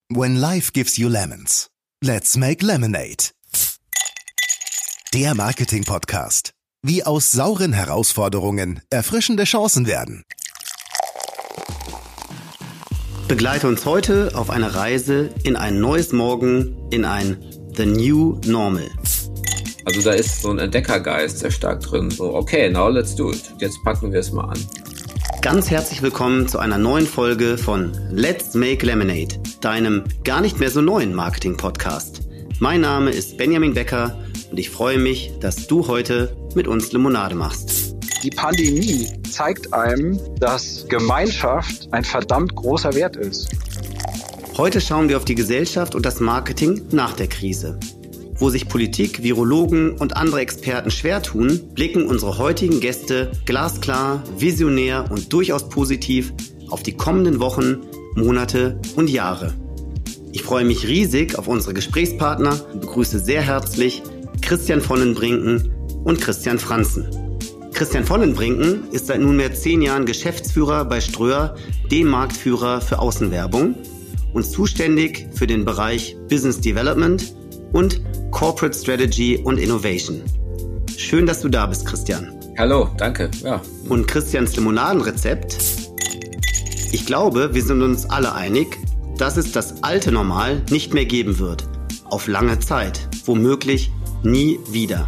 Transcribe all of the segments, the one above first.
When life gives you lemons, let's make lemonade. Der Marketing-Podcast. Wie aus sauren Herausforderungen erfrischende Chancen werden. Begleite uns heute auf eine Reise in ein neues Morgen, in ein The New Normal. Also da ist so ein Entdeckergeist sehr stark drin. So, okay, now let's do it. Jetzt packen wir es mal an. Ganz herzlich willkommen zu einer neuen Folge von Let's Make Lemonade, deinem gar nicht mehr so neuen Marketing-Podcast. Mein Name ist Benjamin Becker und ich freue mich, dass du heute mit uns Limonade machst. Die Pandemie zeigt einem, dass Gemeinschaft ein verdammt großer Wert ist. Heute schauen wir auf die Gesellschaft und das Marketing nach der Krise. Wo sich Politik, Virologen und andere Experten schwer tun, blicken unsere heutigen Gäste glasklar, visionär und durchaus positiv auf die kommenden Wochen, Monate und Jahre. Ich freue mich riesig auf unsere Gesprächspartner und begrüße sehr herzlich Christian Vonnenbrincken und Christian Franzen. Christian Vonnenbrincken ist seit nunmehr 10 Jahren Geschäftsführer bei Ströer, dem Marktführer für Außenwerbung und zuständig für den Bereich Business Development und Corporate Strategy und Innovation. Schön, dass du da bist, Christian. Hallo, danke. Ja. Und Christians Limonadenrezept? Ich glaube, wir sind uns alle einig, dass es das alte Normal nicht mehr geben wird. Auf lange Zeit. Womöglich nie wieder.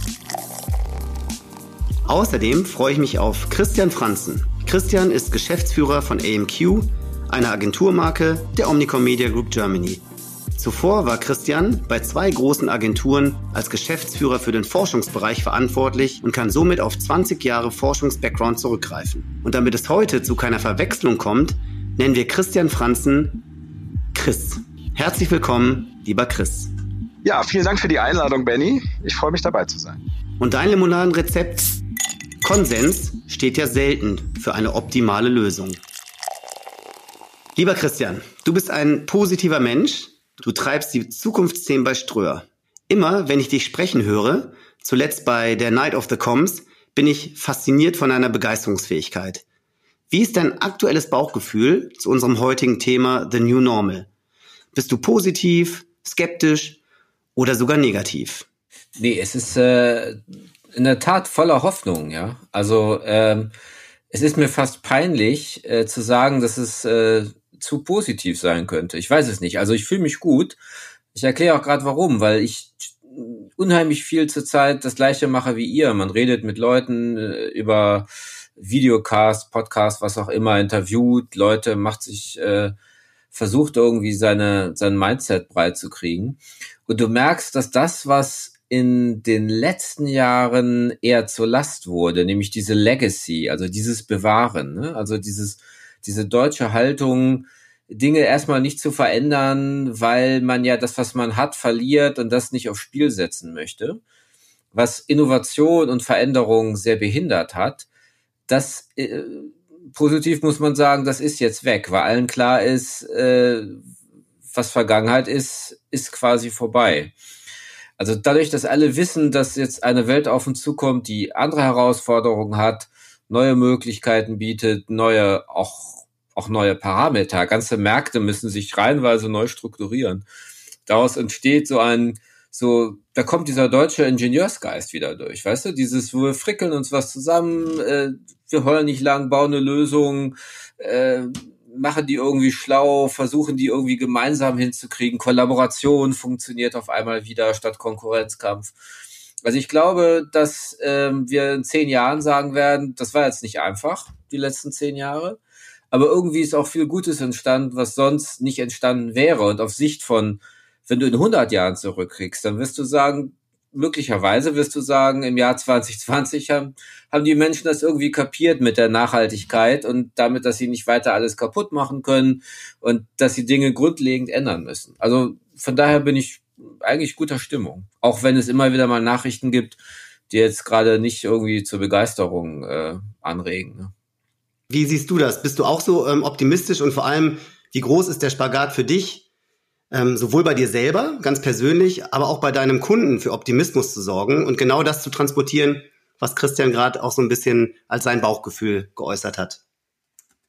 Außerdem freue ich mich auf Christian Franzen. Christian ist Geschäftsführer von AMQ, einer Agenturmarke der Omnicom Media Group Germany. Zuvor war Christian bei 2 großen Agenturen als Geschäftsführer für den Forschungsbereich verantwortlich und kann somit auf 20 Jahre Forschungs-Background zurückgreifen. Und damit es heute zu keiner Verwechslung kommt, nennen wir Christian Franzen Chris. Herzlich willkommen, lieber Chris. Ja, vielen Dank für die Einladung, Benny. Ich freue mich, dabei zu sein. Und dein Limonadenrezept? Konsens steht ja selten für eine optimale Lösung. Lieber Christian, du bist ein positiver Mensch. Du treibst die Zukunftsthemen bei Ströer. Immer, wenn ich dich sprechen höre, zuletzt bei der Night of the Comms, bin ich fasziniert von deiner Begeisterungsfähigkeit. Wie ist dein aktuelles Bauchgefühl zu unserem heutigen Thema The New Normal? Bist du positiv, skeptisch oder sogar negativ? Nee, es ist in der Tat voller Hoffnung, ja. Also es ist mir fast peinlich zu sagen, dass es zu positiv sein könnte. Ich weiß es nicht. Also ich fühle mich gut. Ich erkläre auch gerade warum, weil ich unheimlich viel zurzeit das Gleiche mache wie ihr. Man redet mit Leuten über Videocast, Podcast, was auch immer, interviewt Leute, versucht irgendwie sein Mindset breit zu kriegen. Und du merkst, dass das, was in den letzten Jahren eher zur Last wurde, nämlich diese Legacy, also dieses Bewahren, ne? Also diese deutsche Haltung, Dinge erstmal nicht zu verändern, weil man ja das, was man hat, verliert und das nicht aufs Spiel setzen möchte, was Innovation und Veränderung sehr behindert hat, das positiv muss man sagen, das ist jetzt weg, weil allen klar ist, was Vergangenheit ist quasi vorbei. Also dadurch, dass alle wissen, dass jetzt eine Welt auf uns zukommt, die andere Herausforderungen hat, neue Möglichkeiten bietet, auch neue Parameter. Ganze Märkte müssen sich reihenweise neu strukturieren. Daraus entsteht da kommt dieser deutsche Ingenieursgeist wieder durch, weißt du? Wir frickeln uns was zusammen, wir heulen nicht lang, bauen eine Lösung, machen die irgendwie schlau, versuchen die irgendwie gemeinsam hinzukriegen. Kollaboration funktioniert auf einmal wieder statt Konkurrenzkampf. Also ich glaube, dass wir in 10 Jahren sagen werden, das war jetzt nicht einfach, die letzten 10 Jahre, aber irgendwie ist auch viel Gutes entstanden, was sonst nicht entstanden wäre. Und auf Sicht von, wenn du in 100 Jahren zurückkriegst, dann möglicherweise wirst du sagen, im Jahr 2020 haben die Menschen das irgendwie kapiert mit der Nachhaltigkeit und damit, dass sie nicht weiter alles kaputt machen können und dass sie Dinge grundlegend ändern müssen. Also von daher bin ich eigentlich guter Stimmung. Auch wenn es immer wieder mal Nachrichten gibt, die jetzt gerade nicht irgendwie zur Begeisterung anregen. Ne? Wie siehst du das? Bist du auch so optimistisch und vor allem, wie groß ist der Spagat für dich, sowohl bei dir selber, ganz persönlich, aber auch bei deinem Kunden für Optimismus zu sorgen und genau das zu transportieren, was Christian gerade auch so ein bisschen als sein Bauchgefühl geäußert hat?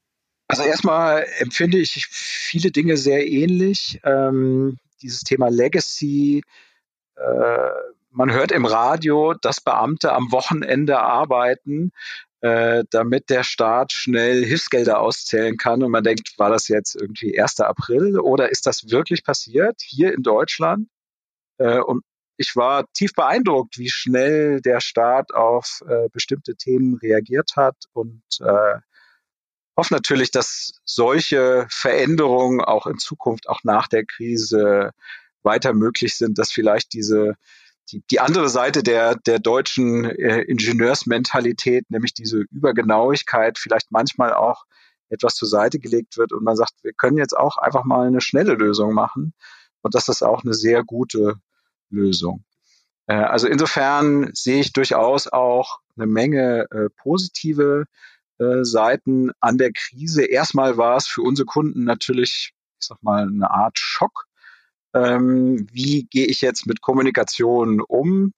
Also erstmal empfinde ich viele Dinge sehr ähnlich. Dieses Thema Legacy, man hört im Radio, dass Beamte am Wochenende arbeiten, damit der Staat schnell Hilfsgelder auszählen kann. Und man denkt, war das jetzt irgendwie 1. April oder ist das wirklich passiert hier in Deutschland? Und ich war tief beeindruckt, wie schnell der Staat auf bestimmte Themen reagiert hat und hoffe natürlich, dass solche Veränderungen auch in Zukunft, auch nach der Krise, weiter möglich sind, dass vielleicht die andere Seite der deutschen Ingenieursmentalität, nämlich diese Übergenauigkeit, vielleicht manchmal auch etwas zur Seite gelegt wird und man sagt, wir können jetzt auch einfach mal eine schnelle Lösung machen und das ist auch eine sehr gute Lösung. Also insofern sehe ich durchaus auch eine Menge positive Seiten an der Krise. Erstmal war es für unsere Kunden natürlich, ich sag mal, eine Art Schock. Wie gehe ich jetzt mit Kommunikation um?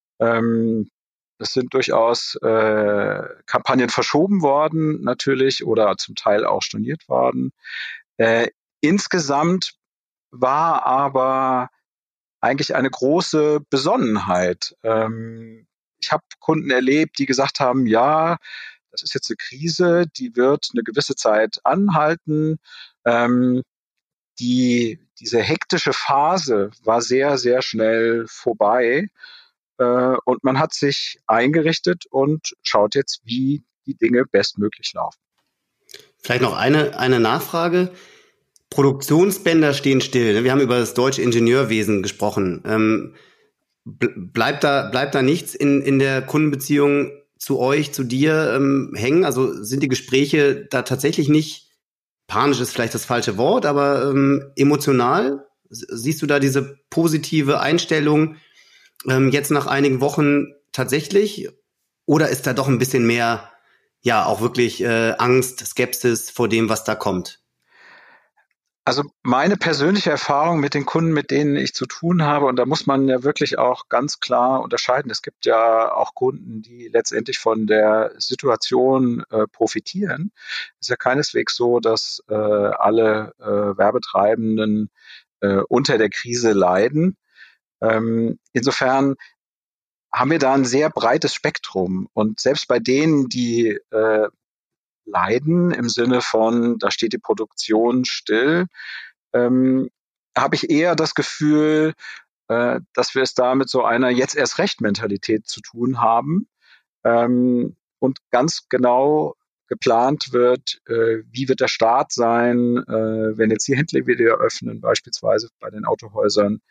Es sind durchaus Kampagnen verschoben worden, natürlich, oder zum Teil auch storniert worden. Insgesamt war aber eigentlich eine große Besonnenheit. Ich habe Kunden erlebt, die gesagt haben, ja, das ist jetzt eine Krise, die wird eine gewisse Zeit anhalten. Diese hektische Phase war sehr, sehr schnell vorbei. Und man hat sich eingerichtet und schaut jetzt, wie die Dinge bestmöglich laufen. Vielleicht noch eine Nachfrage. Produktionsbänder stehen still. Wir haben über das deutsche Ingenieurwesen gesprochen. Bleibt da nichts in der Kundenbeziehung zu euch, zu dir hängen? Also sind die Gespräche da tatsächlich nicht, panisch ist vielleicht das falsche Wort, aber emotional? Siehst du da diese positive Einstellung jetzt nach einigen Wochen tatsächlich? Oder ist da doch ein bisschen mehr, ja, auch wirklich Angst, Skepsis vor dem, was da kommt? Also meine persönliche Erfahrung mit den Kunden, mit denen ich zu tun habe, und da muss man ja wirklich auch ganz klar unterscheiden. Es gibt ja auch Kunden, die letztendlich von der Situation profitieren. Es ist ja keineswegs so, dass alle Werbetreibenden unter der Krise leiden. Insofern haben wir da ein sehr breites Spektrum. Und selbst bei denen, die leiden im Sinne von, da steht die Produktion still, habe ich eher das Gefühl, dass wir es da mit so einer jetzt erst recht Mentalität zu tun haben und ganz genau geplant wird, wie wird der Start sein, wenn jetzt die Händler wieder öffnen, beispielsweise bei den Autohäusern,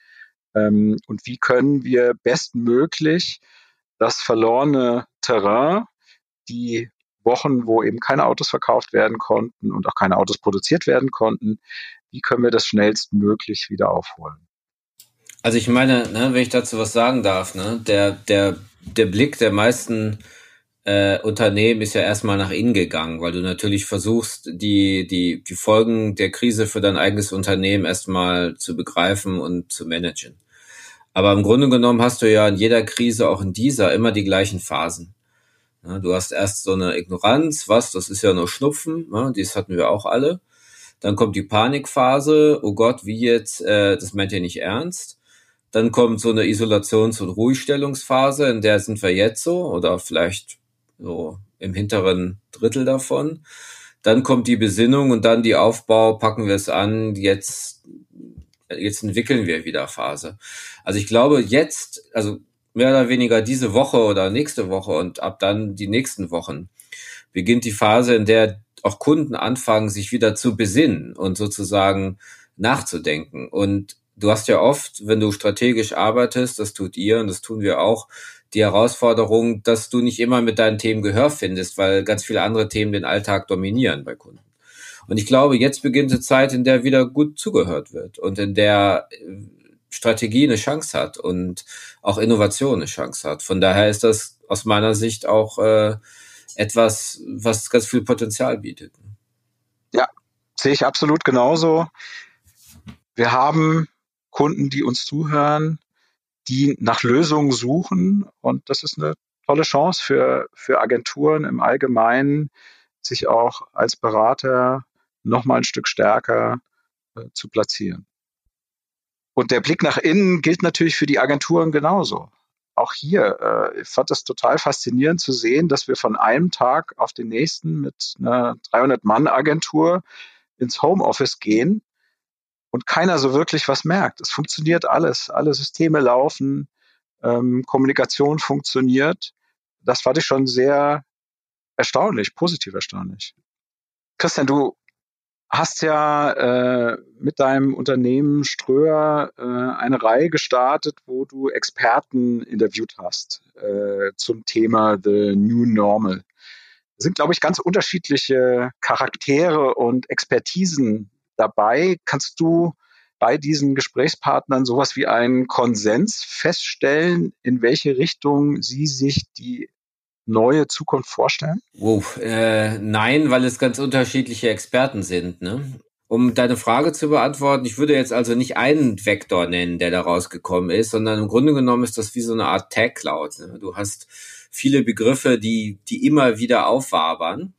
und wie können wir bestmöglich das verlorene Terrain, die Wochen, wo eben keine Autos verkauft werden konnten und auch keine Autos produziert werden konnten, wie können wir das schnellstmöglich wieder aufholen? Also ich meine, ne, wenn ich dazu was sagen darf, ne, der Blick der meisten Unternehmen ist ja erstmal nach innen gegangen, weil du natürlich versuchst, die Folgen der Krise für dein eigenes Unternehmen erstmal zu begreifen und zu managen. Aber im Grunde genommen hast du ja in jeder Krise, auch in dieser, immer die gleichen Phasen. Ja, du hast erst so eine Ignoranz, das ist ja nur Schnupfen, ne, das hatten wir auch alle. Dann kommt die Panikphase, oh Gott, wie jetzt, das meint ihr nicht ernst. Dann kommt so eine Isolations- und Ruhigstellungsphase, in der sind wir jetzt so, oder vielleicht so im hinteren Drittel davon. Dann kommt die Besinnung und dann die Aufbau, packen wir es an, jetzt entwickeln wir wieder Phase. Also ich glaube jetzt, also mehr oder weniger diese Woche oder nächste Woche und ab dann die nächsten Wochen beginnt die Phase, in der auch Kunden anfangen, sich wieder zu besinnen und sozusagen nachzudenken. Und du hast ja oft, wenn du strategisch arbeitest, das tut ihr und das tun wir auch, die Herausforderung, dass du nicht immer mit deinen Themen Gehör findest, weil ganz viele andere Themen den Alltag dominieren bei Kunden. Und ich glaube, jetzt beginnt eine Zeit, in der wieder gut zugehört wird und in der Strategie eine Chance hat und auch Innovation eine Chance hat. Von daher ist das aus meiner Sicht auch etwas, was ganz viel Potenzial bietet. Ja, sehe ich absolut genauso. Wir haben Kunden, die uns zuhören, die nach Lösungen suchen. Und das ist eine tolle Chance für Agenturen im Allgemeinen, sich auch als Berater noch mal ein Stück stärker zu platzieren. Und der Blick nach innen gilt natürlich für die Agenturen genauso. Auch hier, ich fand das total faszinierend zu sehen, dass wir von einem Tag auf den nächsten mit einer 300-Mann-Agentur ins Homeoffice gehen und keiner so wirklich was merkt. Es funktioniert alles, alle Systeme laufen, Kommunikation funktioniert. Das fand ich schon sehr erstaunlich, positiv erstaunlich. Christian, du hast ja mit deinem Unternehmen Ströer eine Reihe gestartet, wo du Experten interviewt hast zum Thema The New Normal. Es sind, glaube ich, ganz unterschiedliche Charaktere und Expertisen dabei. Kannst du bei diesen Gesprächspartnern sowas wie einen Konsens feststellen, in welche Richtung sie sich die neue Zukunft vorstellen? Nein, weil es ganz unterschiedliche Experten sind, ne? Um deine Frage zu beantworten, ich würde jetzt also nicht einen Vektor nennen, der da rausgekommen ist, sondern im Grunde genommen ist das wie so eine Art Tag-Cloud. Ne? Du hast viele Begriffe, die immer wieder aufwabern.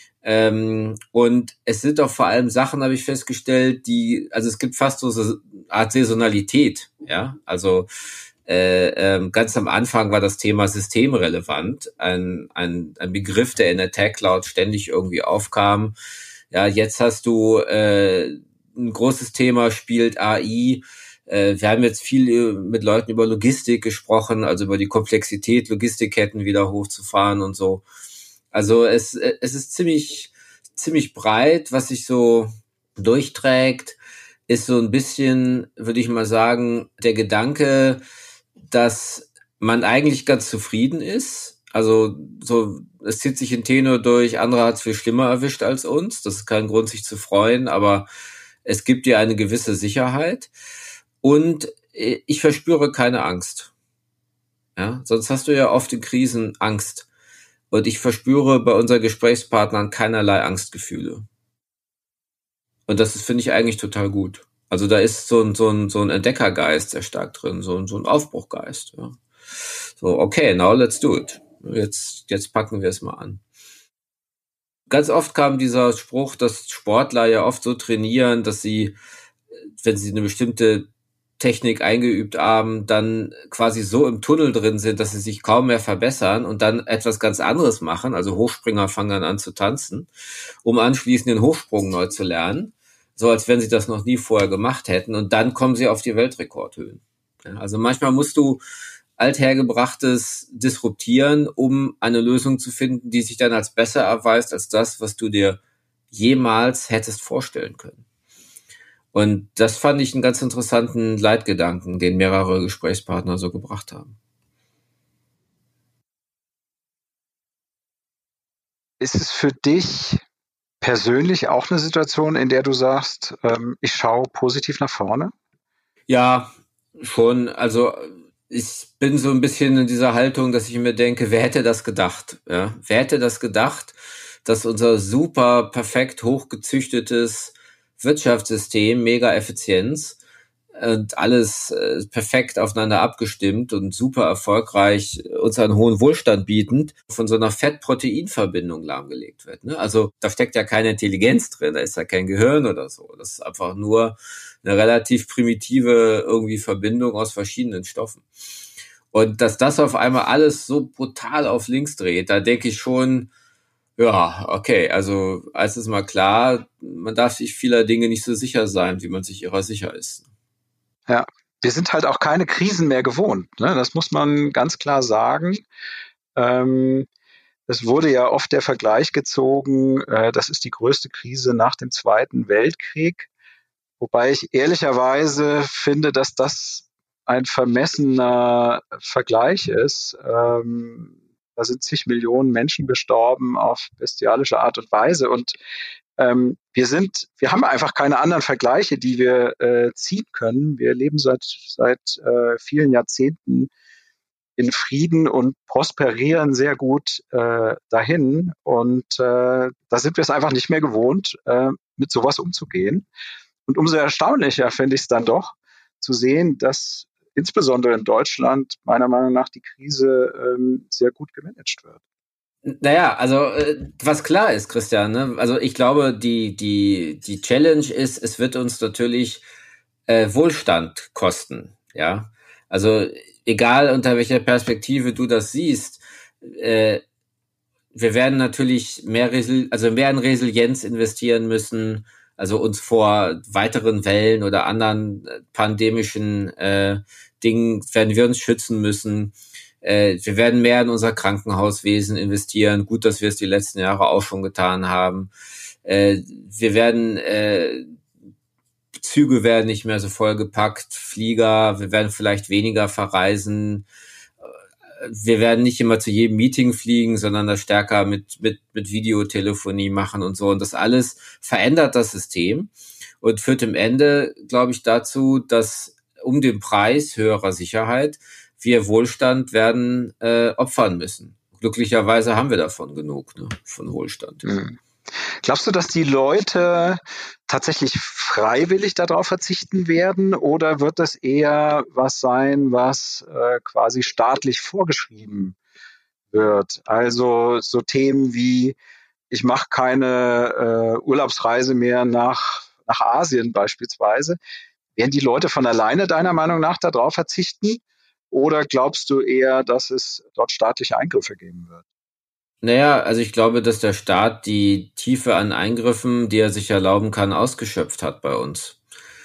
Und es sind auch vor allem Sachen, habe ich festgestellt, also es gibt fast so eine Art Saisonalität, ja, also ganz am Anfang war das Thema systemrelevant, ein Begriff, der in der Tag Cloud ständig irgendwie aufkam. Ja, jetzt hast du ein großes Thema, spielt AI. Wir haben jetzt viel mit Leuten über Logistik gesprochen, also über die Komplexität, Logistikketten wieder hochzufahren und so. Also es ist ziemlich breit, was sich so durchträgt, ist so ein bisschen, würde ich mal sagen, der Gedanke, dass man eigentlich ganz zufrieden ist. Also so, es zieht sich in Tenor durch, andere hat es viel schlimmer erwischt als uns. Das ist kein Grund, sich zu freuen, aber es gibt dir eine gewisse Sicherheit. Und ich verspüre keine Angst. Ja, sonst hast du ja oft in Krisen Angst. Und ich verspüre bei unseren Gesprächspartnern keinerlei Angstgefühle. Und das finde ich eigentlich total gut. Also da ist so ein Entdeckergeist sehr stark drin, so ein Aufbruchgeist. Ja. So, okay, now let's do it. Jetzt packen wir es mal an. Ganz oft kam dieser Spruch, dass Sportler ja oft so trainieren, dass sie, wenn sie eine bestimmte Technik eingeübt haben, dann quasi so im Tunnel drin sind, dass sie sich kaum mehr verbessern und dann etwas ganz anderes machen. Also Hochspringer fangen dann an zu tanzen, um anschließend den Hochsprung neu zu lernen. So als wenn sie das noch nie vorher gemacht hätten. Und dann kommen sie auf die Weltrekordhöhen. Ja, also manchmal musst du Althergebrachtes disruptieren, um eine Lösung zu finden, die sich dann als besser erweist als das, was du dir jemals hättest vorstellen können. Und das fand ich einen ganz interessanten Leitgedanken, den mehrere Gesprächspartner so gebracht haben. Ist es für dich persönlich auch eine Situation, in der du sagst, ich schaue positiv nach vorne? Ja, schon. Also ich bin so ein bisschen in dieser Haltung, dass ich mir denke, wer hätte das gedacht? Ja? Wer hätte das gedacht, dass unser super perfekt hochgezüchtetes Wirtschaftssystem, mega Effizienz und alles perfekt aufeinander abgestimmt und super erfolgreich uns einen hohen Wohlstand bietend, von so einer Fett-Protein-Verbindung lahmgelegt wird. Ne? Also da steckt ja keine Intelligenz drin, da ist ja kein Gehirn oder so. Das ist einfach nur eine relativ primitive irgendwie Verbindung aus verschiedenen Stoffen. Und dass das auf einmal alles so brutal auf links dreht, da denke ich schon, ja, okay, also als ist mal klar, man darf sich vieler Dinge nicht so sicher sein, wie man sich ihrer sicher ist. Ja, wir sind halt auch keine Krisen mehr gewohnt. Ne? Das muss man ganz klar sagen. Es wurde ja oft der Vergleich gezogen, das ist die größte Krise nach dem Zweiten Weltkrieg. Wobei ich ehrlicherweise finde, dass das ein vermessener Vergleich ist. Da sind zig Millionen Menschen gestorben auf bestialische Art und Weise. Und wir haben einfach keine anderen Vergleiche, die wir ziehen können. Wir leben seit vielen Jahrzehnten in Frieden und prosperieren sehr gut dahin. Und da sind wir es einfach nicht mehr gewohnt, mit sowas umzugehen. Und umso erstaunlicher finde ich es dann doch, zu sehen, dass insbesondere in Deutschland meiner Meinung nach die Krise sehr gut gemanagt wird. Naja, also was klar ist, Christian, ne? Also ich glaube, die Challenge ist, es wird uns natürlich Wohlstand kosten, ja. Also egal unter welcher Perspektive du das siehst, äh, wir werden natürlich mehr in Resilienz investieren müssen, also uns vor weiteren Wellen oder anderen pandemischen Dingen werden wir uns schützen müssen. Wir werden mehr in unser Krankenhauswesen investieren. Gut, dass wir es die letzten Jahre auch schon getan haben. Wir werden Züge werden nicht mehr so vollgepackt, Flieger, wir werden vielleicht weniger verreisen. Wir werden nicht immer zu jedem Meeting fliegen, sondern das stärker mit Videotelefonie machen und so. Und das alles verändert das System und führt im Ende, glaube ich, dazu, dass um den Preis höherer Sicherheit wir Wohlstand werden opfern müssen. Glücklicherweise haben wir davon genug, ne, von Wohlstand. Mhm. Glaubst du, dass die Leute tatsächlich freiwillig darauf verzichten werden oder wird das eher was sein, was quasi staatlich vorgeschrieben wird? Also so Themen wie, ich mache keine Urlaubsreise mehr nach Asien beispielsweise. Werden die Leute von alleine deiner Meinung nach darauf verzichten? Oder glaubst du eher, dass es dort staatliche Eingriffe geben wird? Naja, also ich glaube, dass der Staat die Tiefe an Eingriffen, die er sich erlauben kann, ausgeschöpft hat bei uns.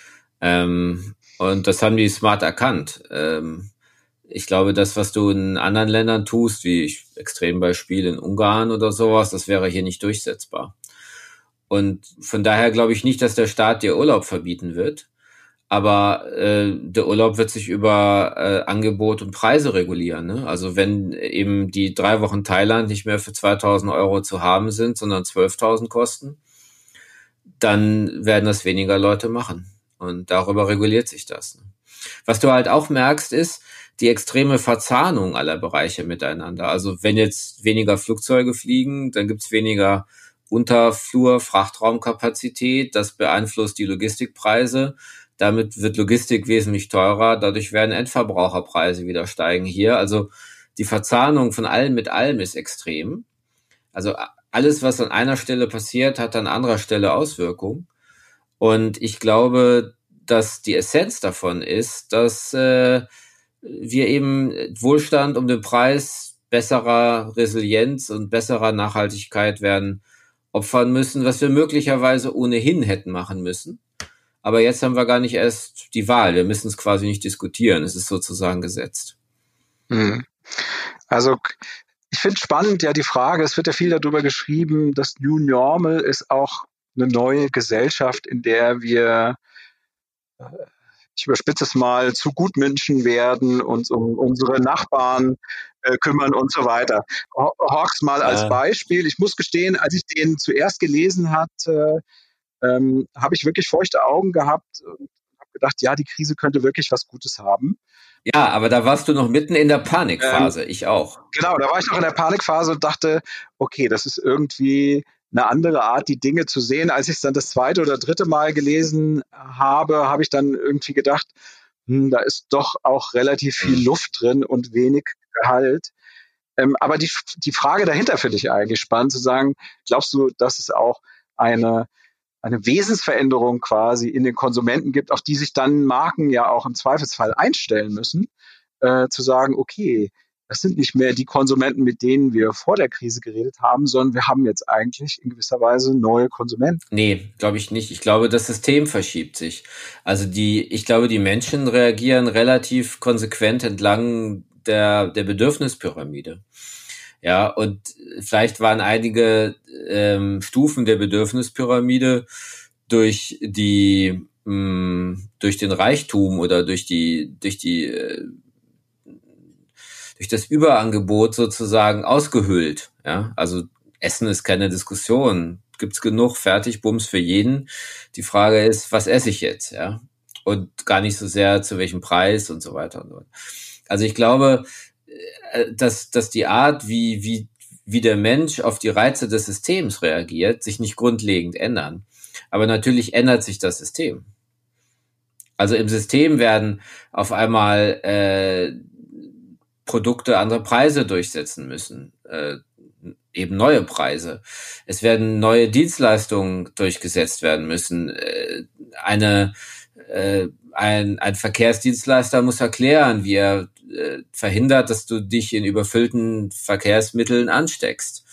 Und das haben die smart erkannt. Ich glaube, das, was du in anderen Ländern tust, wie Extrembeispiel in Ungarn oder sowas, das wäre hier nicht durchsetzbar. Und von daher glaube ich nicht, dass der Staat dir Urlaub verbieten wird. Aber der Urlaub wird sich über Angebot und Preise regulieren. Ne? Also wenn eben die 3 Wochen Thailand nicht mehr für 2.000 Euro zu haben sind, sondern 12.000 kosten, dann werden das weniger Leute machen. Und darüber reguliert sich das. Ne? Was du halt auch merkst, ist die extreme Verzahnung aller Bereiche miteinander. Also wenn jetzt weniger Flugzeuge fliegen, dann gibt's weniger Unterflur-Frachtraumkapazität. Das beeinflusst die Logistikpreise. Damit wird Logistik wesentlich teurer. Dadurch werden Endverbraucherpreise wieder steigen hier. Also die Verzahnung von allem mit allem ist extrem. Also alles, was an einer Stelle passiert, hat an anderer Stelle Auswirkungen. Und ich glaube, dass die Essenz davon ist, dass wir eben Wohlstand um den Preis besserer Resilienz und besserer Nachhaltigkeit werden opfern müssen, was wir möglicherweise ohnehin hätten machen müssen. Aber jetzt haben wir gar nicht erst die Wahl. Wir müssen es quasi nicht diskutieren. Es ist sozusagen gesetzt. Also ich finde spannend ja die Frage, es wird ja viel darüber geschrieben, das New Normal ist auch eine neue Gesellschaft, in der wir, ich überspitze es mal, zu Gutmenschen werden, uns um unsere Nachbarn kümmern und so weiter. Hawks mal als Beispiel. Ich muss gestehen, als ich den zuerst gelesen hatte, habe ich wirklich feuchte Augen gehabt und habe gedacht, ja, die Krise könnte wirklich was Gutes haben. Ja, aber da warst du noch mitten in der Panikphase, ich auch. Genau, da war ich noch in der Panikphase und dachte, okay, das ist irgendwie eine andere Art, die Dinge zu sehen. Als ich es dann das zweite oder dritte Mal gelesen habe, habe ich dann irgendwie gedacht, da ist doch auch relativ viel Luft drin und wenig Gehalt. Aber die Frage dahinter finde ich eigentlich spannend, zu sagen, glaubst du, dass es auch eine Wesensveränderung quasi in den Konsumenten gibt, auf die sich dann Marken ja auch im Zweifelsfall einstellen müssen, zu sagen, okay, das sind nicht mehr die Konsumenten, mit denen wir vor der Krise geredet haben, sondern wir haben jetzt eigentlich in gewisser Weise neue Konsumenten. Nee, glaube ich nicht. Ich glaube, das System verschiebt sich. Also ich glaube, die Menschen reagieren relativ konsequent entlang der Bedürfnispyramide. Ja, und vielleicht waren einige Stufen der Bedürfnispyramide durch den Reichtum oder durch das Überangebot sozusagen ausgehöhlt. Ja, also Essen ist keine Diskussion. Gibt's genug Fertigbums für jeden. Die Frage ist, was esse ich jetzt? Ja, und gar nicht so sehr zu welchem Preis und so weiter und so weiter. Also ich glaube, dass die Art, wie der Mensch auf die Reize des Systems reagiert, sich nicht grundlegend ändern. Aber natürlich ändert sich das System. Also im System werden auf einmal Produkte andere Preise durchsetzen müssen. eben neue Preise. Es werden neue Dienstleistungen durchgesetzt werden müssen. Ein Verkehrsdienstleister muss erklären, wie er verhindert, dass du dich in überfüllten Verkehrsmitteln ansteckst.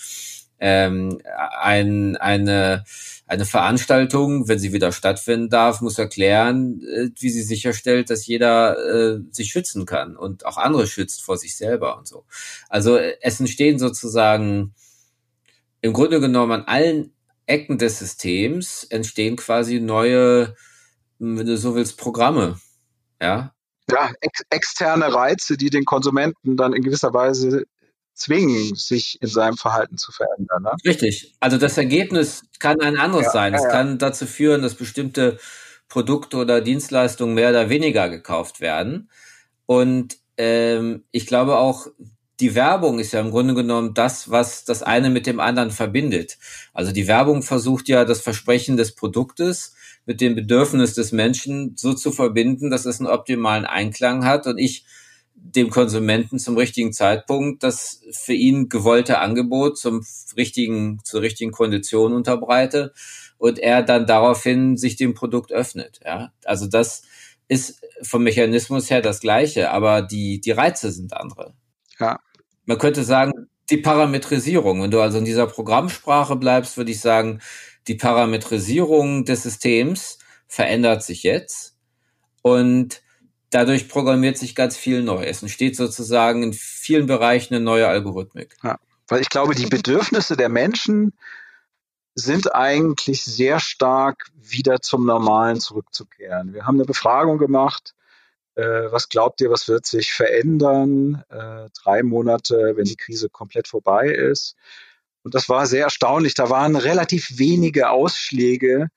Eine Veranstaltung, wenn sie wieder stattfinden darf, muss erklären, wie sie sicherstellt, dass jeder sich schützen kann und auch andere schützt vor sich selber und so. Also es entstehen sozusagen im Grunde genommen an allen Ecken des Systems entstehen quasi neue, wenn du so willst, Programme. Ja, Ja, externe Reize, die den Konsumenten dann in gewisser Weise zwingen, sich in seinem Verhalten zu verändern. Ne? richtig. Also das Ergebnis kann ein anderes sein. Es ja. kann dazu führen, dass bestimmte Produkte oder Dienstleistungen mehr oder weniger gekauft werden. Und ich glaube auch, die Werbung ist ja im Grunde genommen das, was das eine mit dem anderen verbindet. Also die Werbung versucht ja, das Versprechen des Produktes mit dem Bedürfnis des Menschen so zu verbinden, dass es einen optimalen Einklang hat und ich dem Konsumenten zum richtigen Zeitpunkt das für ihn gewollte Angebot zur richtigen Kondition unterbreite und er dann daraufhin sich dem Produkt öffnet. Ja, also das ist vom Mechanismus her das Gleiche, aber die Reize sind andere. Ja. Man könnte sagen, die Parametrisierung. Wenn du also in dieser Programmsprache bleibst, würde ich sagen, die Parametrisierung des Systems verändert sich jetzt und dadurch programmiert sich ganz viel neu. Es entsteht sozusagen in vielen Bereichen eine neue Algorithmik. Ja, weil ich glaube, die Bedürfnisse der Menschen sind eigentlich sehr stark wieder zum Normalen zurückzukehren. Wir haben eine Befragung gemacht. Was glaubt ihr, was wird sich verändern? 3 Monate, wenn die Krise komplett vorbei ist. Und das war sehr erstaunlich. Da waren relativ wenige Ausschläge,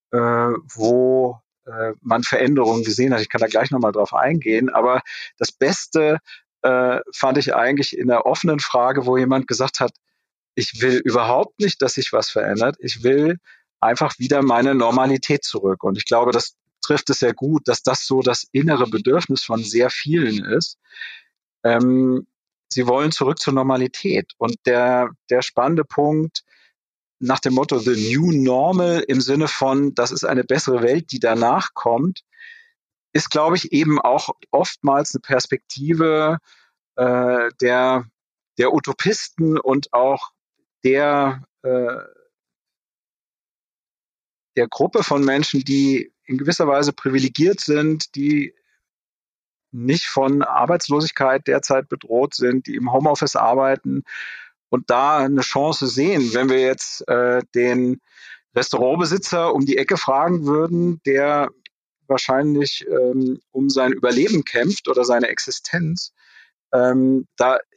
wo man Veränderungen gesehen hat. Ich kann da gleich nochmal drauf eingehen. Aber das Beste fand ich eigentlich in der offenen Frage, wo jemand gesagt hat, ich will überhaupt nicht, dass sich was verändert. Ich will einfach wieder meine Normalität zurück. Und ich glaube, das trifft es sehr gut, dass das so das innere Bedürfnis von sehr vielen ist. Sie wollen zurück zur Normalität. Und der spannende Punkt nach dem Motto The New Normal im Sinne von, das ist eine bessere Welt, die danach kommt, ist, glaube ich, eben auch oftmals eine Perspektive der Utopisten und auch der Gruppe von Menschen, die in gewisser Weise privilegiert sind, die nicht von Arbeitslosigkeit derzeit bedroht sind, die im Homeoffice arbeiten und da eine Chance sehen. Wenn wir jetzt den Restaurantbesitzer um die Ecke fragen würden, der wahrscheinlich um sein Überleben kämpft oder seine Existenz, dem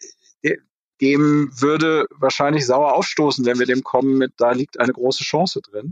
würde wahrscheinlich sauer aufstoßen, wenn wir dem kommen mit, da liegt eine große Chance drin.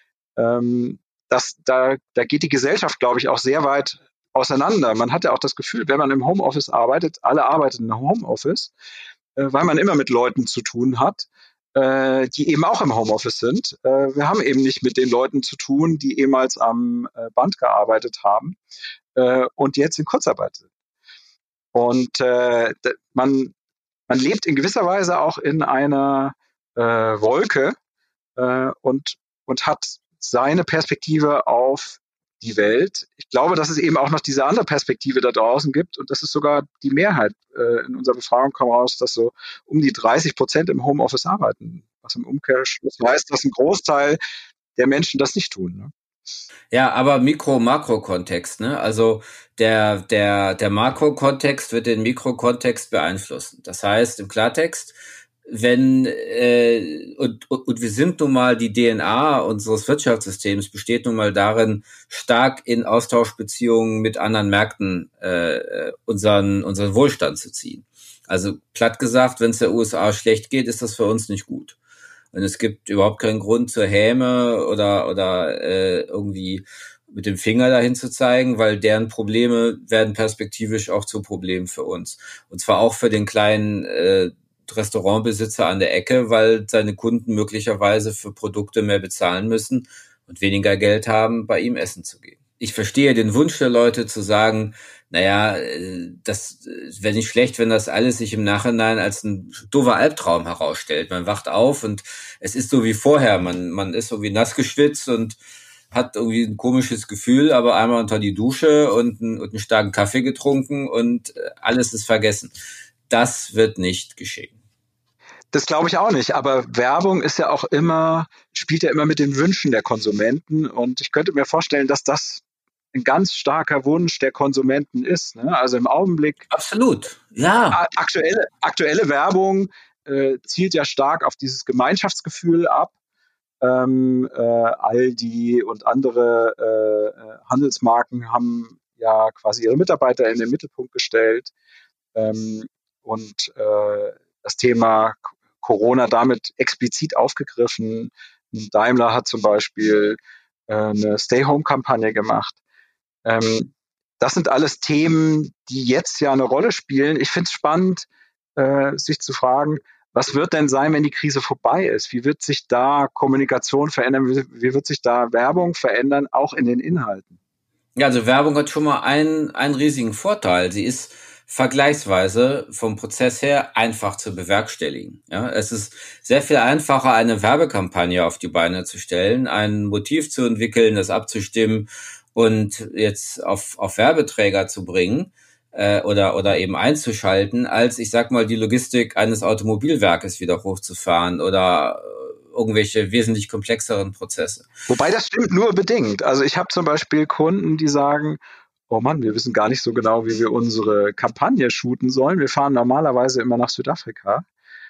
Da geht die Gesellschaft, glaube ich, auch sehr weit auseinander. Man hat ja auch das Gefühl, wenn man im Homeoffice arbeitet, alle arbeiten im Homeoffice, weil man immer mit Leuten zu tun hat, die eben auch im Homeoffice sind. Wir haben eben nicht mit den Leuten zu tun, die ehemals am Band gearbeitet haben und jetzt in Kurzarbeit sind. Und man lebt in gewisser Weise auch in einer Wolke und hat seine Perspektive auf die Welt. Ich glaube, dass es eben auch noch diese andere Perspektive da draußen gibt und das ist sogar die Mehrheit. In unserer Befragung kam raus, dass so um die 30% im Homeoffice arbeiten, was im Umkehrschluss heißt, dass ein Großteil der Menschen das nicht tun. Ne? Ja, aber Mikro-Makro-Kontext, ne? Also der Makro-Kontext wird den Mikro-Kontext beeinflussen. Das heißt im Klartext, wenn und wir sind nun mal, die DNA unseres Wirtschaftssystems besteht nun mal darin, stark in Austauschbeziehungen mit anderen Märkten unseren Wohlstand zu ziehen. Also platt gesagt, wenn es der USA schlecht geht, ist das für uns nicht gut. Und es gibt überhaupt keinen Grund zur Häme oder irgendwie mit dem Finger dahin zu zeigen, weil deren Probleme werden perspektivisch auch zu Problemen für uns. Und zwar auch für den kleinen Restaurantbesitzer an der Ecke, weil seine Kunden möglicherweise für Produkte mehr bezahlen müssen und weniger Geld haben, bei ihm essen zu gehen. ich verstehe den Wunsch der Leute zu sagen, naja, das wäre nicht schlecht, wenn das alles sich im Nachhinein als ein doofer Albtraum herausstellt. Man wacht auf und es ist so wie vorher. Man ist irgendwie nass geschwitzt und hat irgendwie ein komisches Gefühl, aber einmal unter die Dusche und einen starken Kaffee getrunken und alles ist vergessen. Das wird nicht geschehen. Das glaube ich auch nicht, aber Werbung ist ja auch spielt ja immer mit den Wünschen der Konsumenten und ich könnte mir vorstellen, dass das ein ganz starker Wunsch der Konsumenten ist. Ne? Also im Augenblick. Absolut, ja. Aktuelle Werbung zielt ja stark auf dieses Gemeinschaftsgefühl ab. Aldi und andere Handelsmarken haben ja quasi ihre Mitarbeiter in den Mittelpunkt gestellt und das Thema Corona damit explizit aufgegriffen. Daimler hat zum Beispiel eine Stay-Home-Kampagne gemacht. Das sind alles Themen, die jetzt ja eine Rolle spielen. Ich finde es spannend, sich zu fragen, was wird denn sein, wenn die Krise vorbei ist? Wie wird sich da Kommunikation verändern? Wie wird sich da Werbung verändern, auch in den Inhalten? Ja, also Werbung hat schon mal einen riesigen Vorteil. Sie ist vergleichsweise vom Prozess her einfach zu bewerkstelligen. Ja, es ist sehr viel einfacher, eine Werbekampagne auf die Beine zu stellen, ein Motiv zu entwickeln, das abzustimmen und jetzt auf Werbeträger zu bringen oder eben einzuschalten, als, ich sag mal, die Logistik eines Automobilwerkes wieder hochzufahren oder irgendwelche wesentlich komplexeren Prozesse. Wobei das stimmt nur bedingt. Also ich habe zum Beispiel Kunden, die sagen, oh Mann, wir wissen gar nicht so genau, wie wir unsere Kampagne shooten sollen. Wir fahren normalerweise immer nach Südafrika.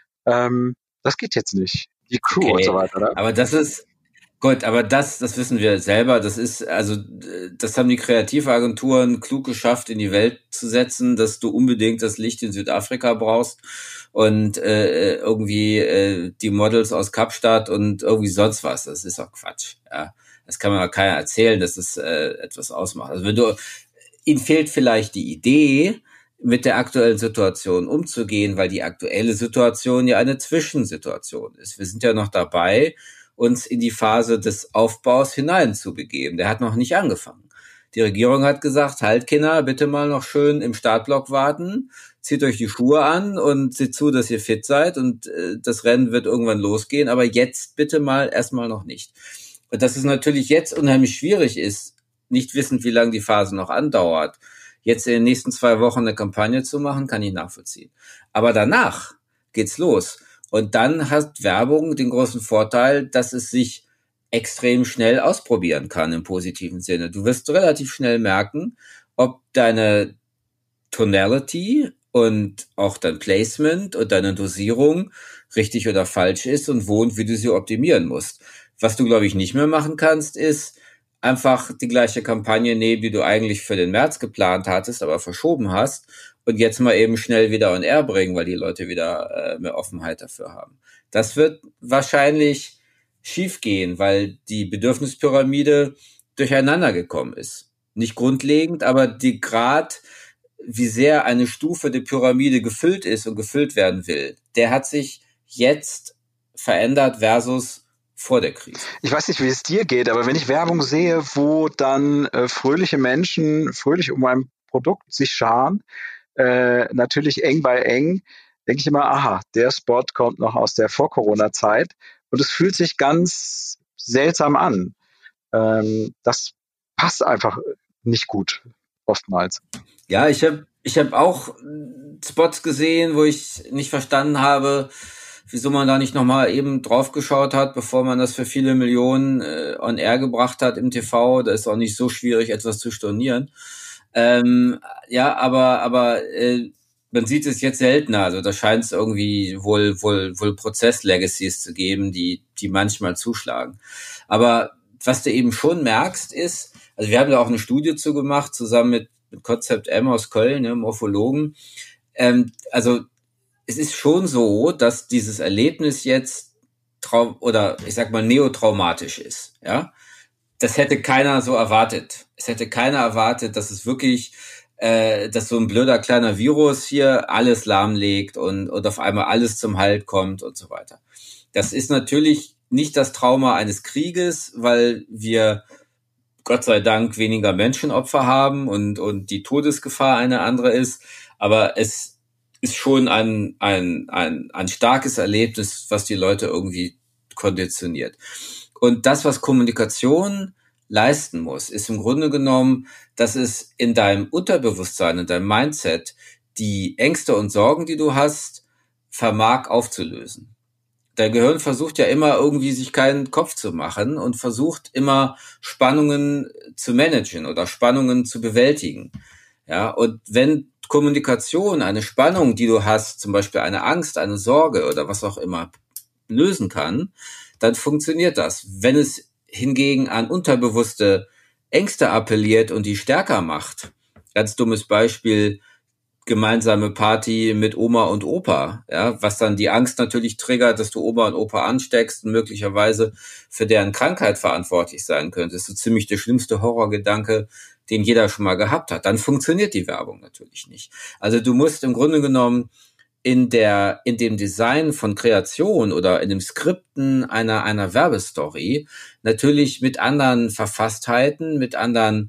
Das geht jetzt nicht. Die Crew und so weiter. Ne? Aber das ist gut, aber das wissen wir selber. Das ist, also, das haben die Kreativagenturen klug geschafft, in die Welt zu setzen, dass du unbedingt das Licht in Südafrika brauchst und irgendwie die Models aus Kapstadt und irgendwie sonst was. Das ist doch Quatsch. Ja, das kann mir keiner erzählen, dass es etwas ausmacht. Also ihnen fehlt vielleicht die Idee, mit der aktuellen Situation umzugehen, weil die aktuelle Situation ja eine Zwischensituation ist. Wir sind ja noch dabei, uns in die Phase des Aufbaus hineinzubegeben. Der hat noch nicht angefangen. Die Regierung hat gesagt, halt Kinder, bitte mal noch schön im Startblock warten, zieht euch die Schuhe an und seht zu, dass ihr fit seid und das Rennen wird irgendwann losgehen, aber jetzt bitte mal erstmal noch nicht. Und dass es natürlich jetzt unheimlich schwierig ist, nicht wissend, wie lange die Phase noch andauert, jetzt in den nächsten 2 Wochen eine Kampagne zu machen, kann ich nachvollziehen. Aber danach geht's los. Und dann hat Werbung den großen Vorteil, dass es sich extrem schnell ausprobieren kann im positiven Sinne. Du wirst relativ schnell merken, ob deine Tonality und auch dein Placement und deine Dosierung richtig oder falsch ist und wo und wie du sie optimieren musst. Was du, glaube ich, nicht mehr machen kannst, ist einfach die gleiche Kampagne nehmen, die du eigentlich für den März geplant hattest, aber verschoben hast und jetzt mal eben schnell wieder on air bringen, weil die Leute wieder mehr Offenheit dafür haben. Das wird wahrscheinlich schief gehen, weil die Bedürfnispyramide durcheinander gekommen ist. Nicht grundlegend, aber die Grad, wie sehr eine Stufe der Pyramide gefüllt ist und gefüllt werden will, der hat sich jetzt verändert versus vor der Krise. Ich weiß nicht, wie es dir geht, aber wenn ich Werbung sehe, wo dann fröhliche Menschen fröhlich um ein Produkt sich scharen, natürlich eng bei eng, denke ich immer, aha, der Spot kommt noch aus der Vor-Corona-Zeit und es fühlt sich ganz seltsam an. Das passt einfach nicht gut, oftmals. Ja, ich hab auch Spots gesehen, wo ich nicht verstanden habe, wieso man da nicht nochmal eben drauf geschaut hat, bevor man das für viele Millionen on air gebracht hat im TV. Da ist auch nicht so schwierig, etwas zu stornieren. Ja, aber man sieht es jetzt seltener. Also da scheint es irgendwie wohl Prozess-Legacies zu geben, die manchmal zuschlagen. Aber was du eben schon merkst ist, also wir haben da auch eine Studie zu gemacht, zusammen mit Konzept M aus Köln, ne, Morphologen. Also es ist schon so, dass dieses Erlebnis jetzt neotraumatisch ist, ja. Das hätte keiner so erwartet. Es hätte keiner erwartet, dass es wirklich, dass so ein blöder kleiner Virus hier alles lahmlegt und auf einmal alles zum Halt kommt und so weiter. Das ist natürlich nicht das Trauma eines Krieges, weil wir Gott sei Dank weniger Menschenopfer haben und die Todesgefahr eine andere ist. Aber es ist schon ein starkes Erlebnis, was die Leute irgendwie konditioniert. Und das, was Kommunikation leisten muss, ist im Grunde genommen, dass es in deinem Unterbewusstsein, in deinem Mindset die Ängste und Sorgen, die du hast, vermag aufzulösen. Dein Gehirn versucht ja immer irgendwie sich keinen Kopf zu machen und versucht immer Spannungen zu managen oder Spannungen zu bewältigen. Ja, und wenn Kommunikation eine Spannung, die du hast, zum Beispiel eine Angst, eine Sorge oder was auch immer, lösen kann, dann funktioniert das. Wenn es hingegen an unterbewusste Ängste appelliert und die stärker macht, ganz dummes Beispiel, gemeinsame Party mit Oma und Opa, ja, was dann die Angst natürlich triggert, dass du Oma und Opa ansteckst und möglicherweise für deren Krankheit verantwortlich sein könntest. So ziemlich der schlimmste Horrorgedanke, den jeder schon mal gehabt hat. Dann funktioniert die Werbung natürlich nicht. Also du musst im Grunde genommen in dem Design von Kreation oder in dem Skripten einer Werbestory natürlich mit anderen Verfasstheiten, mit anderen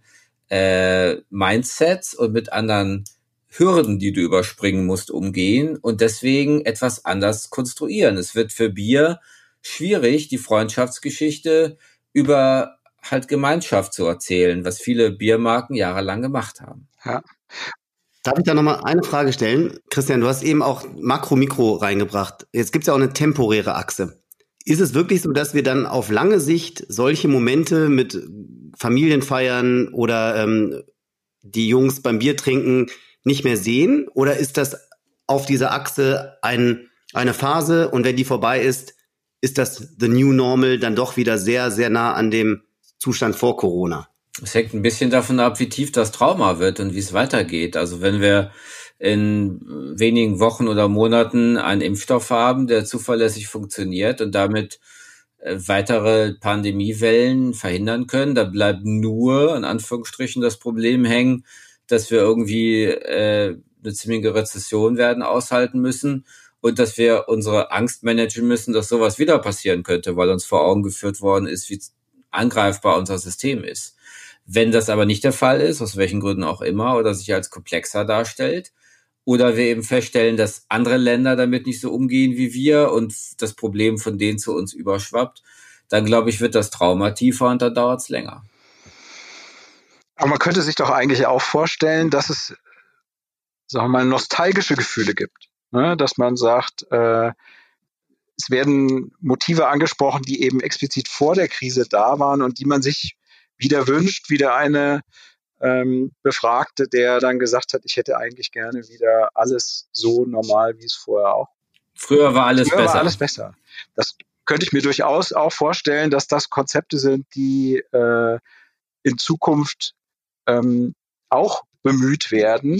Mindsets und mit anderen Hürden, die du überspringen musst, umgehen und deswegen etwas anders konstruieren. Es wird für Bier schwierig, die Freundschaftsgeschichte über halt Gemeinschaft zu erzählen, was viele Biermarken jahrelang gemacht haben. Ja. Darf ich da nochmal eine Frage stellen? Christian, du hast eben auch Makro-Mikro reingebracht. Jetzt gibt es ja auch eine temporäre Achse. Ist es wirklich so, dass wir dann auf lange Sicht solche Momente mit Familienfeiern oder die Jungs beim Bier trinken nicht mehr sehen? Oder ist das auf dieser Achse eine Phase und wenn die vorbei ist das the new normal dann doch wieder sehr, sehr nah an dem Zustand vor Corona? Es hängt ein bisschen davon ab, wie tief das Trauma wird und wie es weitergeht. Also wenn wir in wenigen Wochen oder Monaten einen Impfstoff haben, der zuverlässig funktioniert und damit weitere Pandemiewellen verhindern können, da bleibt nur, in Anführungsstrichen, das Problem hängen, dass wir irgendwie eine ziemliche Rezession werden aushalten müssen und dass wir unsere Angst managen müssen, dass sowas wieder passieren könnte, weil uns vor Augen geführt worden ist, wie angreifbar unser System ist. Wenn das aber nicht der Fall ist, aus welchen Gründen auch immer, oder sich als komplexer darstellt, oder wir eben feststellen, dass andere Länder damit nicht so umgehen wie wir und das Problem von denen zu uns überschwappt, dann glaube ich, wird das Trauma tiefer und dann dauert es länger. Aber man könnte sich doch eigentlich auch vorstellen, dass es, sagen wir mal, nostalgische Gefühle gibt. Ne? Dass man sagt, es werden Motive angesprochen, die eben explizit vor der Krise da waren und die man sich wieder wünscht, wieder eine Befragte, der dann gesagt hat, ich hätte eigentlich gerne wieder alles so normal, wie es vorher auch. Früher war alles besser. Das könnte ich mir durchaus auch vorstellen, dass das Konzepte sind, die in Zukunft auch bemüht werden,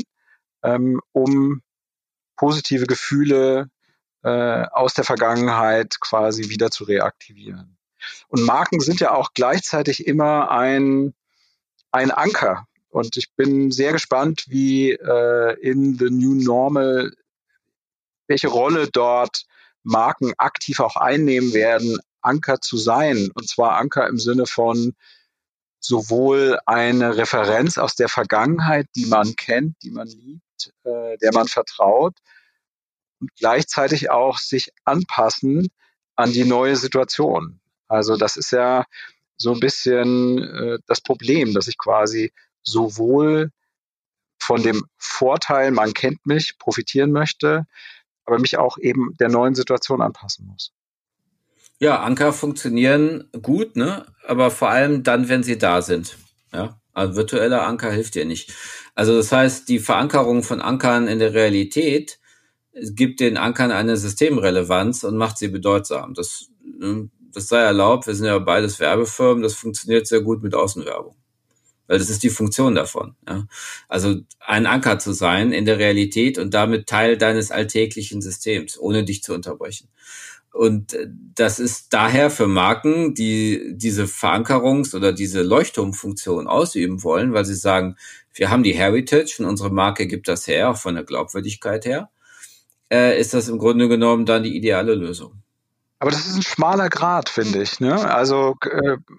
um positive Gefühle aus der Vergangenheit quasi wieder zu reaktivieren. Und Marken sind ja auch gleichzeitig immer ein Anker. Und ich bin sehr gespannt, wie in the new normal, welche Rolle dort Marken aktiv auch einnehmen werden, Anker zu sein. Und zwar Anker im Sinne von sowohl eine Referenz aus der Vergangenheit, die man kennt, die man liebt, der man vertraut, und gleichzeitig auch sich anpassen an die neue Situation. Also das ist ja so ein bisschen das Problem, dass ich quasi sowohl von dem Vorteil, man kennt mich, profitieren möchte, aber mich auch eben der neuen Situation anpassen muss. Ja, Anker funktionieren gut, ne? Aber vor allem dann, wenn sie da sind. Ja, also virtueller Anker hilft dir nicht. Also das heißt, die Verankerung von Ankern in der Realität gibt den Ankern eine Systemrelevanz und macht sie bedeutsam. Das sei erlaubt. Wir sind ja beides Werbefirmen. Das funktioniert sehr gut mit Außenwerbung. Weil das ist die Funktion davon. Ja? Also ein Anker zu sein in der Realität und damit Teil deines alltäglichen Systems, ohne dich zu unterbrechen. Und das ist daher für Marken, die diese Verankerungs- oder diese Leuchtturmfunktion ausüben wollen, weil sie sagen, wir haben die Heritage und unsere Marke gibt das her, auch von der Glaubwürdigkeit her, ist das im Grunde genommen dann die ideale Lösung. Aber das ist ein schmaler Grat, finde ich. Ne? Also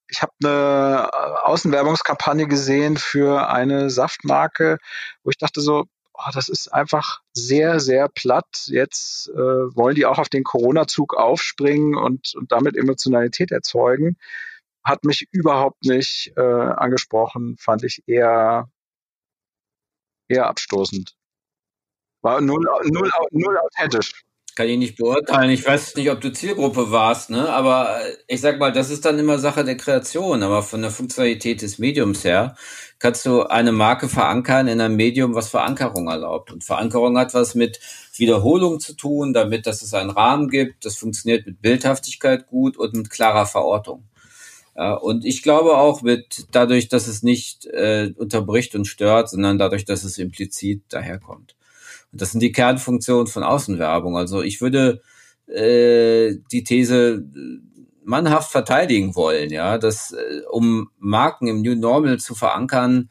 ich habe eine Außenwerbungskampagne gesehen für eine Saftmarke, wo ich dachte so, das ist einfach sehr, sehr platt. Jetzt wollen die auch auf den Corona-Zug aufspringen und damit Emotionalität erzeugen. Hat mich überhaupt nicht angesprochen, fand ich eher abstoßend. War null authentisch. Kann ich nicht beurteilen. Ich weiß nicht, ob du Zielgruppe warst, ne? Aber ich sag mal, das ist dann immer Sache der Kreation. Aber von der Funktionalität des Mediums her kannst du eine Marke verankern in einem Medium, was Verankerung erlaubt. Und Verankerung hat was mit Wiederholung zu tun, damit, dass es einen Rahmen gibt. Das funktioniert mit Bildhaftigkeit gut und mit klarer Verortung. Ja, und ich glaube auch dadurch, dass es nicht unterbricht und stört, sondern dadurch, dass es implizit daherkommt. Und das sind die Kernfunktionen von Außenwerbung. Also ich würde die These mannhaft verteidigen wollen, ja, dass um Marken im New Normal zu verankern,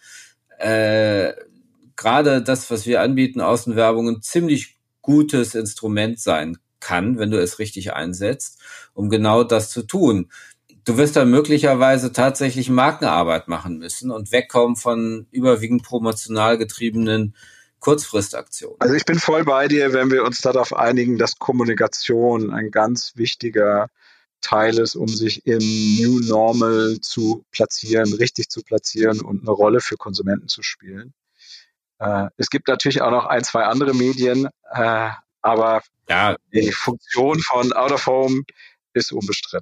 gerade das, was wir anbieten, Außenwerbung, ein ziemlich gutes Instrument sein kann, wenn du es richtig einsetzt, um genau das zu tun. Du wirst dann möglicherweise tatsächlich Markenarbeit machen müssen und wegkommen von überwiegend promotional getriebenen Kurzfristaktionen. Also ich bin voll bei dir, wenn wir uns darauf einigen, dass Kommunikation ein ganz wichtiger Teil ist, um sich im New Normal zu platzieren, richtig zu platzieren und eine Rolle für Konsumenten zu spielen. Es gibt natürlich auch noch ein, zwei andere Medien, aber ja, die Funktion von Out of Home ist unbestritten.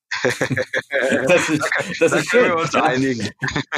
Das ist schön. Wir uns einigen.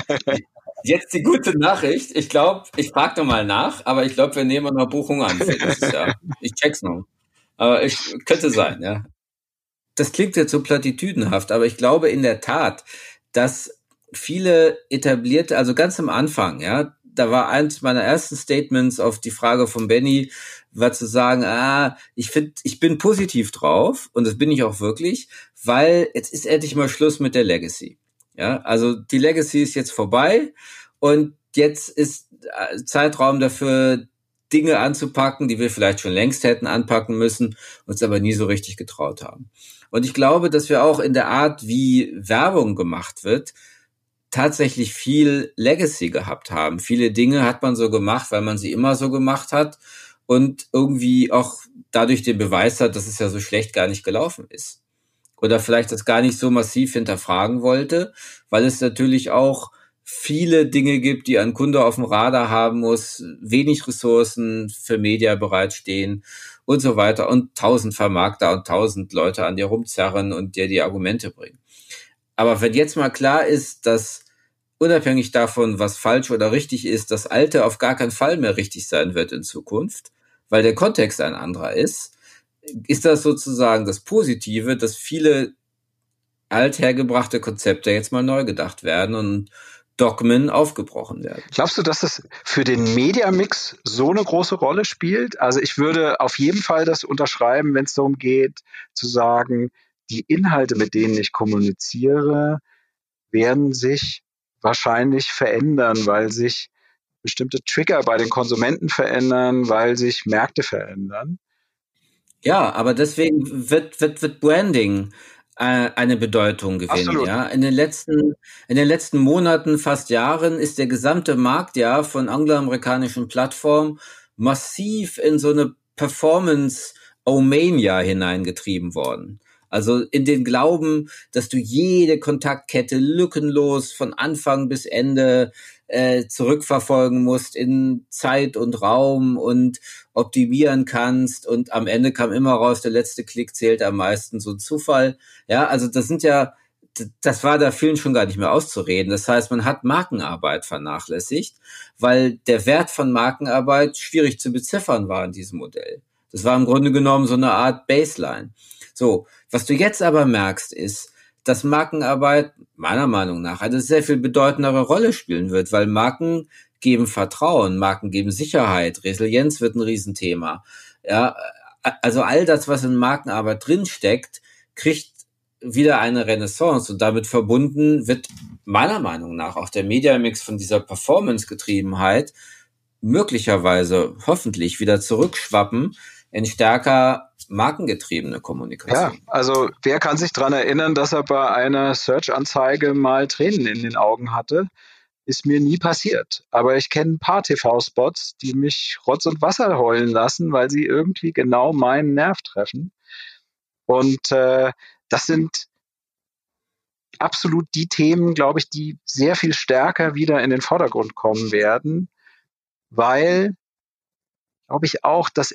Jetzt die gute Nachricht. Ich glaube, ich frage noch mal nach, aber ich glaube, wir nehmen noch Buchung an für dieses Jahr. Ich check's noch. Aber könnte sein, ja. Das klingt jetzt so platitüdenhaft, aber ich glaube in der Tat, dass viele etablierte, also ganz am Anfang, ja, da war eins meiner ersten Statements auf die Frage von Benny, war zu sagen, ich bin positiv drauf und das bin ich auch wirklich, weil jetzt ist endlich mal Schluss mit der Legacy. Ja, also die Legacy ist jetzt vorbei und jetzt ist Zeitraum dafür, Dinge anzupacken, die wir vielleicht schon längst hätten anpacken müssen, uns aber nie so richtig getraut haben. Und ich glaube, dass wir auch in der Art, wie Werbung gemacht wird, tatsächlich viel Legacy gehabt haben. Viele Dinge hat man so gemacht, weil man sie immer so gemacht hat und irgendwie auch dadurch den Beweis hat, dass es ja so schlecht gar nicht gelaufen ist. Oder vielleicht das gar nicht so massiv hinterfragen wollte, weil es natürlich auch viele Dinge gibt, die ein Kunde auf dem Radar haben muss, wenig Ressourcen für Media bereitstehen und so weiter und 1000 Vermarkter und 1000 Leute an dir rumzerren und dir die Argumente bringen. Aber wenn jetzt mal klar ist, dass unabhängig davon, was falsch oder richtig ist, das Alte auf gar keinen Fall mehr richtig sein wird in Zukunft, weil der Kontext ein anderer ist das sozusagen das Positive, dass viele althergebrachte Konzepte jetzt mal neu gedacht werden und Dogmen aufgebrochen werden. Glaubst du, dass das für den Media-Mix so eine große Rolle spielt? Also ich würde auf jeden Fall das unterschreiben, wenn es darum geht, zu sagen, die Inhalte, mit denen ich kommuniziere, werden sich wahrscheinlich verändern, weil sich bestimmte Trigger bei den Konsumenten verändern, weil sich Märkte verändern. Ja, aber deswegen wird Branding eine Bedeutung gewinnen. Absolut. Ja. In den letzten Monaten, fast Jahren, ist der gesamte Markt ja von angloamerikanischen Plattformen massiv in so eine Performance-Omania hineingetrieben worden. Also in den Glauben, dass du jede Kontaktkette lückenlos von Anfang bis Ende zurückverfolgen musst in Zeit und Raum und optimieren kannst und am Ende kam immer raus, der letzte Klick zählt am meisten, so ein Zufall. Ja, also das war da vielen schon gar nicht mehr auszureden. Das heißt, man hat Markenarbeit vernachlässigt, weil der Wert von Markenarbeit schwierig zu beziffern war in diesem Modell. Das war im Grunde genommen so eine Art Baseline. So, was du jetzt aber merkst, ist, dass Markenarbeit meiner Meinung nach eine sehr viel bedeutendere Rolle spielen wird, weil Marken geben Vertrauen, Marken geben Sicherheit, Resilienz wird ein Riesenthema. Ja, also all das, was in Markenarbeit drinsteckt, kriegt wieder eine Renaissance und damit verbunden wird meiner Meinung nach auch der Media-Mix von dieser Performance-Getriebenheit möglicherweise, hoffentlich wieder zurückschwappen in stärker markengetriebene Kommunikation. Ja, also wer kann sich daran erinnern, dass er bei einer Search-Anzeige mal Tränen in den Augen hatte? Ist mir nie passiert. Aber ich kenne ein paar TV-Spots, die mich Rotz und Wasser heulen lassen, weil sie irgendwie genau meinen Nerv treffen. Und das sind absolut die Themen, glaube ich, die sehr viel stärker wieder in den Vordergrund kommen werden, weil, glaube ich, auch das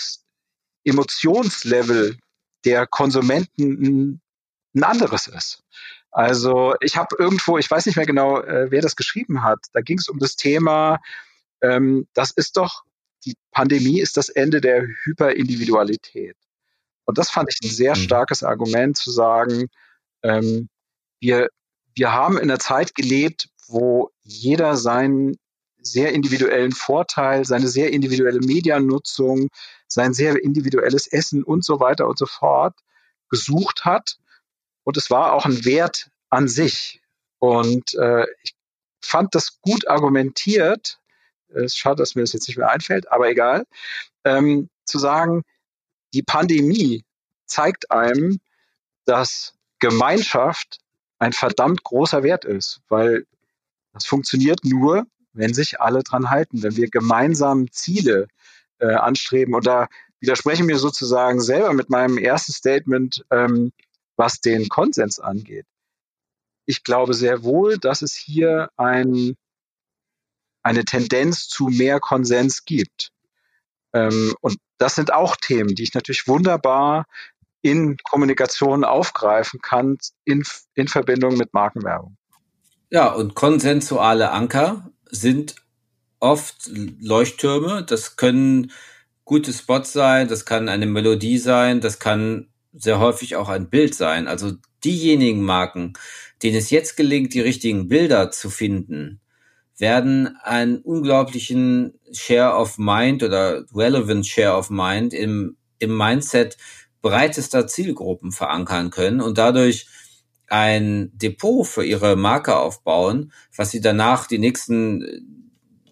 Emotionslevel der Konsumenten ein anderes ist. Also ich habe irgendwo, ich weiß nicht mehr genau, wer das geschrieben hat, da ging es um das Thema, das ist doch, die Pandemie ist das Ende der Hyperindividualität. Und das fand ich ein sehr starkes Argument zu sagen, ähm, wir, wir haben in einer Zeit gelebt, wo jeder seinen sehr individuellen Vorteil, seine sehr individuelle Mediennutzung, sein sehr individuelles Essen und so weiter und so fort gesucht hat. Und es war auch ein Wert an sich. Und ich fand das gut argumentiert. Es ist schade, dass mir das jetzt nicht mehr einfällt, aber egal. Zu sagen, die Pandemie zeigt einem, dass Gemeinschaft ein verdammt großer Wert ist, weil das funktioniert nur, wenn sich alle dran halten, wenn wir gemeinsam Ziele anstreben. Und da widerspreche ich mir sozusagen selber mit meinem ersten Statement, was den Konsens angeht. Ich glaube sehr wohl, dass es hier eine Tendenz zu mehr Konsens gibt. Und das sind auch Themen, die ich natürlich wunderbar in Kommunikation aufgreifen kann, in Verbindung mit Markenwerbung. Ja, und konsensuale Anker sind oft Leuchttürme. Das können gute Spots sein, das kann eine Melodie sein, das kann sehr häufig auch ein Bild sein. Also diejenigen Marken, denen es jetzt gelingt, die richtigen Bilder zu finden, werden einen unglaublichen Share of Mind oder relevant Share of Mind im Mindset breitester Zielgruppen verankern können und dadurch ein Depot für ihre Marke aufbauen, was sie danach die nächsten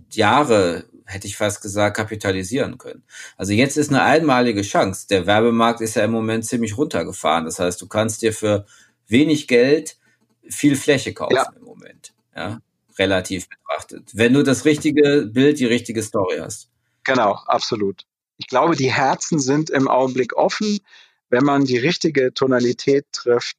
Jahre, hätte ich fast gesagt, kapitalisieren können. Also jetzt ist eine einmalige Chance. Der Werbemarkt ist ja im Moment ziemlich runtergefahren. Das heißt, du kannst dir für wenig Geld viel Fläche kaufen im Moment. Ja, relativ betrachtet. Wenn du das richtige Bild, die richtige Story hast. Genau, absolut. Ich glaube, die Herzen sind im Augenblick offen. Wenn man die richtige Tonalität trifft,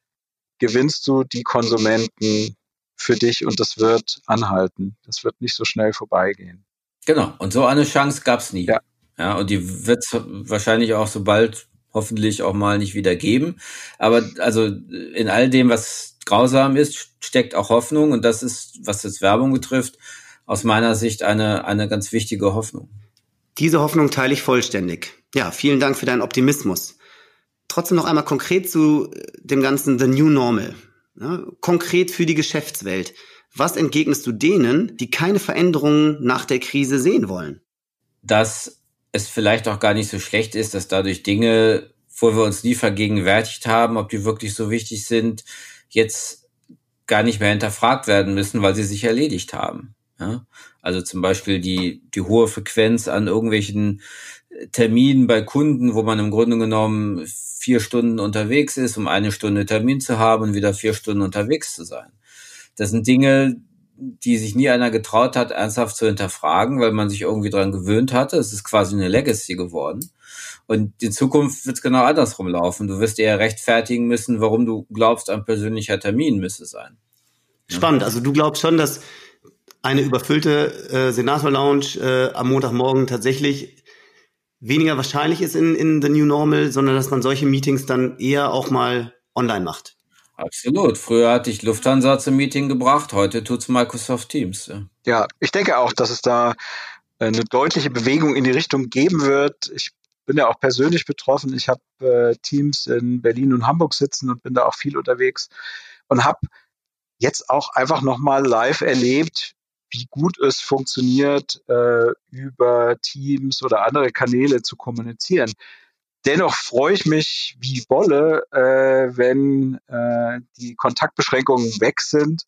gewinnst du die Konsumenten für dich und das wird anhalten. Das wird nicht so schnell vorbeigehen. Genau, und so eine Chance gab's nie. Ja. Ja, und die wird es wahrscheinlich auch so bald hoffentlich auch mal nicht wieder geben. Aber also in all dem, was grausam ist, steckt auch Hoffnung. Und das ist, was jetzt Werbung betrifft, aus meiner Sicht eine ganz wichtige Hoffnung. Diese Hoffnung teile ich vollständig. Ja, vielen Dank für deinen Optimismus. Trotzdem noch einmal konkret zu dem ganzen The New Normal. Ja, konkret für die Geschäftswelt. Was entgegnest du denen, die keine Veränderungen nach der Krise sehen wollen? Dass es vielleicht auch gar nicht so schlecht ist, dass dadurch Dinge, wo wir uns nie vergegenwärtigt haben, ob die wirklich so wichtig sind, jetzt gar nicht mehr hinterfragt werden müssen, weil sie sich erledigt haben. Ja? Also zum Beispiel die hohe Frequenz an irgendwelchen Terminen bei Kunden, wo man im Grunde genommen 4 Stunden unterwegs ist, um 1 Stunde Termin zu haben und wieder 4 Stunden unterwegs zu sein. Das sind Dinge, die sich nie einer getraut hat, ernsthaft zu hinterfragen, weil man sich irgendwie dran gewöhnt hatte. Es ist quasi eine Legacy geworden. Und in Zukunft wird es genau andersrum laufen. Du wirst eher rechtfertigen müssen, warum du glaubst, ein persönlicher Termin müsse sein. Spannend. Also du glaubst schon, dass eine überfüllte Senator-Lounge am Montagmorgen tatsächlich weniger wahrscheinlich ist in The New Normal, sondern dass man solche Meetings dann eher auch mal online macht. Absolut. Früher hatte ich Lufthansa zum Meeting gebracht, heute tut's Microsoft Teams. Ja, ich denke auch, dass es da eine deutliche Bewegung in die Richtung geben wird. Ich bin ja auch persönlich betroffen. Ich habe Teams in Berlin und Hamburg sitzen und bin da auch viel unterwegs und habe jetzt auch einfach nochmal live erlebt, wie gut es funktioniert, über Teams oder andere Kanäle zu kommunizieren. Dennoch freue ich mich wie Bolle, wenn die Kontaktbeschränkungen weg sind,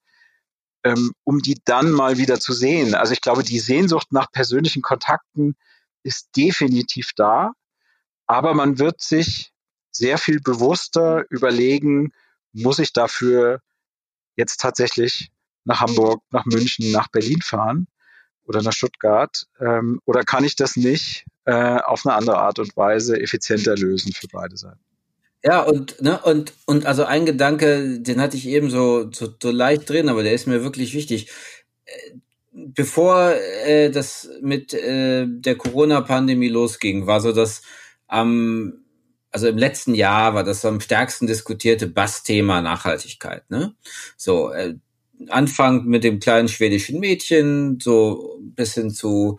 um die dann mal wieder zu sehen. Also ich glaube, die Sehnsucht nach persönlichen Kontakten ist definitiv da. Aber man wird sich sehr viel bewusster überlegen, muss ich dafür jetzt tatsächlich nach Hamburg, nach München, nach Berlin fahren oder nach Stuttgart? Oder kann ich das nicht auf eine andere Art und Weise effizienter lösen für beide Seiten? Ja, und also ein Gedanke, den hatte ich eben so leicht drin, aber der ist mir wirklich wichtig. Bevor das mit der Corona-Pandemie losging, war so das also im letzten Jahr war das am stärksten diskutierte Bassthema Nachhaltigkeit, ne? So, Anfang mit dem kleinen schwedischen Mädchen, so bis hin zu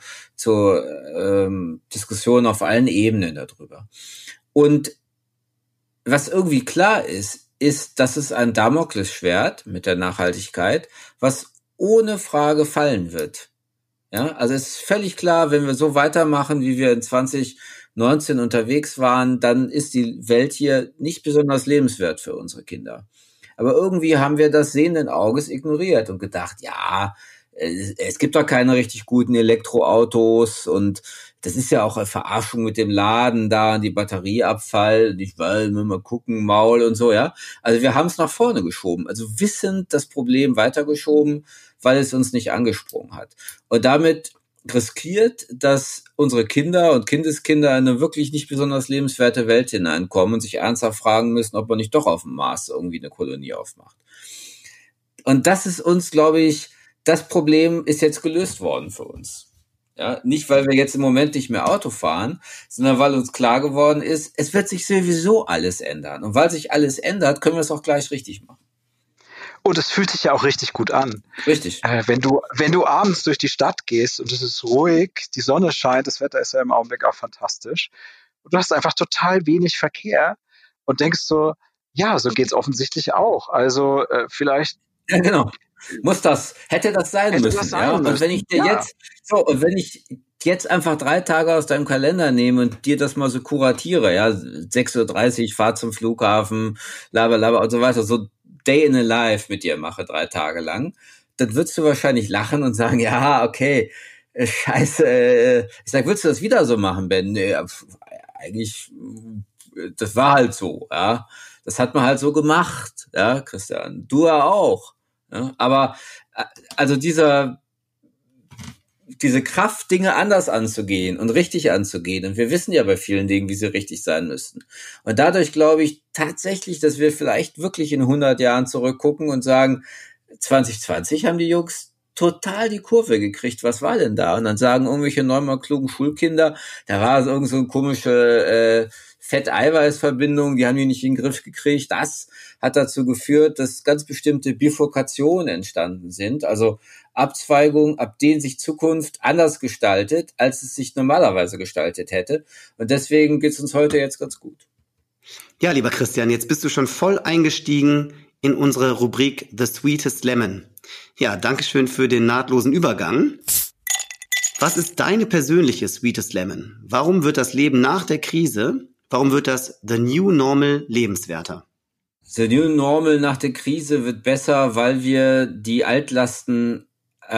Diskussionen auf allen Ebenen darüber. Und was irgendwie klar ist, dass es ein Damoklesschwert mit der Nachhaltigkeit, was ohne Frage fallen wird. Ja, also es ist völlig klar, wenn wir so weitermachen, wie wir in 2019 unterwegs waren, dann ist die Welt hier nicht besonders lebenswert für unsere Kinder. Aber irgendwie haben wir das sehenden Auges ignoriert und gedacht, ja, es gibt doch keine richtig guten Elektroautos und das ist ja auch eine Verarschung mit dem Laden da, die Batterieabfall, ich will mal gucken, Maul und so, ja. Also wir haben es nach vorne geschoben, also wissend das Problem weitergeschoben, weil es uns nicht angesprungen hat. Und damit riskiert, dass unsere Kinder und Kindeskinder in eine wirklich nicht besonders lebenswerte Welt hineinkommen und sich ernsthaft fragen müssen, ob man nicht doch auf dem Mars irgendwie eine Kolonie aufmacht. Und das ist uns, glaube ich, das Problem ist jetzt gelöst worden für uns. Ja, nicht, weil wir jetzt im Moment nicht mehr Auto fahren, sondern weil uns klar geworden ist, es wird sich sowieso alles ändern. Und weil sich alles ändert, können wir es auch gleich richtig machen. Und es fühlt sich ja auch richtig gut an. Richtig. Wenn du abends durch die Stadt gehst und es ist ruhig, die Sonne scheint, das Wetter ist ja im Augenblick auch fantastisch. Und du hast einfach total wenig Verkehr und denkst so, ja, so geht's offensichtlich auch. Also vielleicht. Ja, genau. Hätte das sein müssen. Ja? Und wenn ich dir und wenn ich jetzt einfach 3 Tage aus deinem Kalender nehme und dir das mal so kuratiere, ja, 6:30 Uhr, Fahrt zum Flughafen, laber und so weiter, so Day in a Life mit dir mache 3 Tage lang, dann würdest du wahrscheinlich lachen und sagen, ja, okay, scheiße, ich sag, würdest du das wieder so machen, Ben? Nee, eigentlich, das war halt so, ja. Das hat man halt so gemacht, ja, Christian. Du ja auch. Ja? Aber also diese Kraft, Dinge anders anzugehen und richtig anzugehen. Und wir wissen ja bei vielen Dingen, wie sie richtig sein müssten. Und dadurch glaube ich tatsächlich, dass wir vielleicht wirklich in 100 Jahren zurückgucken und sagen, 2020 haben die Jungs total die Kurve gekriegt. Was war denn da? Und dann sagen irgendwelche neunmal klugen Schulkinder, da war irgend so eine komische Fett-Eiweiß-Verbindung, die haben die nicht in den Griff gekriegt. Das hat dazu geführt, dass ganz bestimmte Bifurkationen entstanden sind, also Abzweigungen, ab denen sich Zukunft anders gestaltet, als es sich normalerweise gestaltet hätte. Und deswegen geht's uns heute jetzt ganz gut. Ja, lieber Christian, jetzt bist du schon voll eingestiegen in unsere Rubrik The Sweetest Lemon. Ja, dankeschön für den nahtlosen Übergang. Was ist deine persönliche Sweetest Lemon? Warum wird das Leben nach der Krise, warum wird das The New Normal lebenswerter? The New Normal nach der Krise wird besser, weil die Altlasten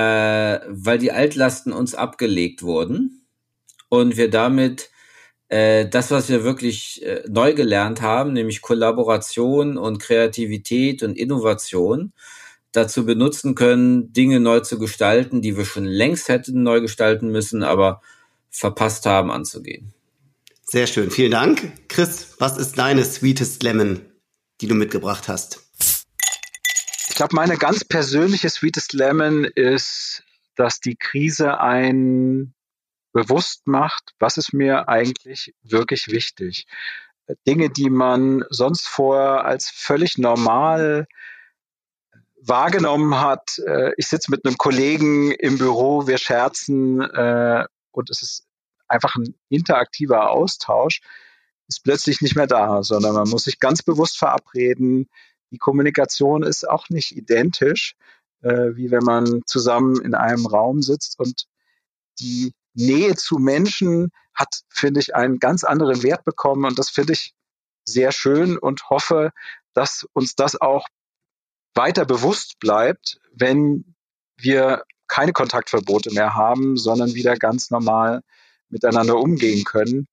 uns abgelegt wurden und wir damit das, was wir wirklich neu gelernt haben, nämlich Kollaboration und Kreativität und Innovation, dazu benutzen können, Dinge neu zu gestalten, die wir schon längst hätten neu gestalten müssen, aber verpasst haben anzugehen. Sehr schön, vielen Dank. Chris, was ist deine Sweetest Lemon, die du mitgebracht hast? Ich glaube, meine ganz persönliche Sweetest Lemon ist, dass die Krise einen bewusst macht, was ist mir eigentlich wirklich wichtig. Dinge, die man sonst vorher als völlig normal wahrgenommen hat. Ich sitze mit einem Kollegen im Büro, wir scherzen und es ist einfach ein interaktiver Austausch, ist plötzlich nicht mehr da, sondern man muss sich ganz bewusst verabreden. Die Kommunikation ist auch nicht identisch, wie wenn man zusammen in einem Raum sitzt, und die Nähe zu Menschen hat, finde ich, einen ganz anderen Wert bekommen, und das finde ich sehr schön und hoffe, dass uns das auch weiter bewusst bleibt, wenn wir keine Kontaktverbote mehr haben, sondern wieder ganz normal miteinander umgehen können.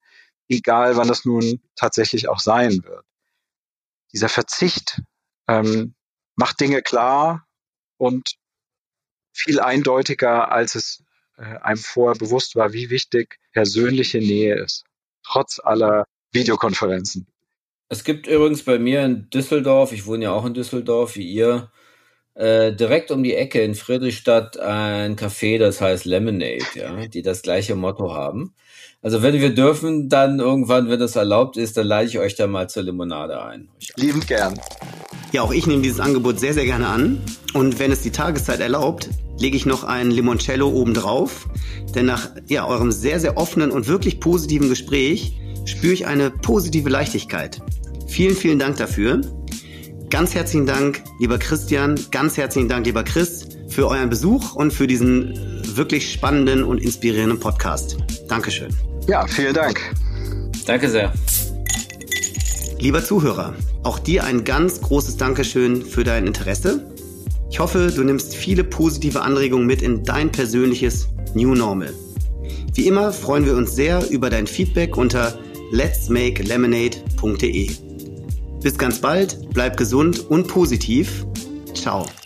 egal wann das nun tatsächlich auch sein wird. Dieser Verzicht macht Dinge klar und viel eindeutiger, als es einem vorher bewusst war, wie wichtig persönliche Nähe ist, trotz aller Videokonferenzen. Es gibt übrigens bei mir in Düsseldorf, ich wohne ja auch in Düsseldorf, wie ihr, direkt um die Ecke in Friedrichstadt ein Café, das heißt Lemonade, ja, die das gleiche Motto haben. Also wenn wir dürfen, dann irgendwann, wenn das erlaubt ist, dann lade ich euch da mal zur Limonade ein. Liebend gern. Ja, auch ich nehme dieses Angebot sehr, sehr gerne an. Und wenn es die Tageszeit erlaubt, lege ich noch ein Limoncello obendrauf. Denn nach eurem sehr, sehr offenen und wirklich positiven Gespräch spüre ich eine positive Leichtigkeit. Vielen, vielen Dank dafür. Ganz herzlichen Dank, lieber Christian, ganz herzlichen Dank, lieber Chris, für euren Besuch und für diesen wirklich spannenden und inspirierenden Podcast. Dankeschön. Ja, vielen Dank. Danke sehr. Lieber Zuhörer, auch dir ein ganz großes Dankeschön für dein Interesse. Ich hoffe, du nimmst viele positive Anregungen mit in dein persönliches New Normal. Wie immer freuen wir uns sehr über dein Feedback unter letsmakelemonade.de. Bis ganz bald, bleib gesund und positiv. Ciao.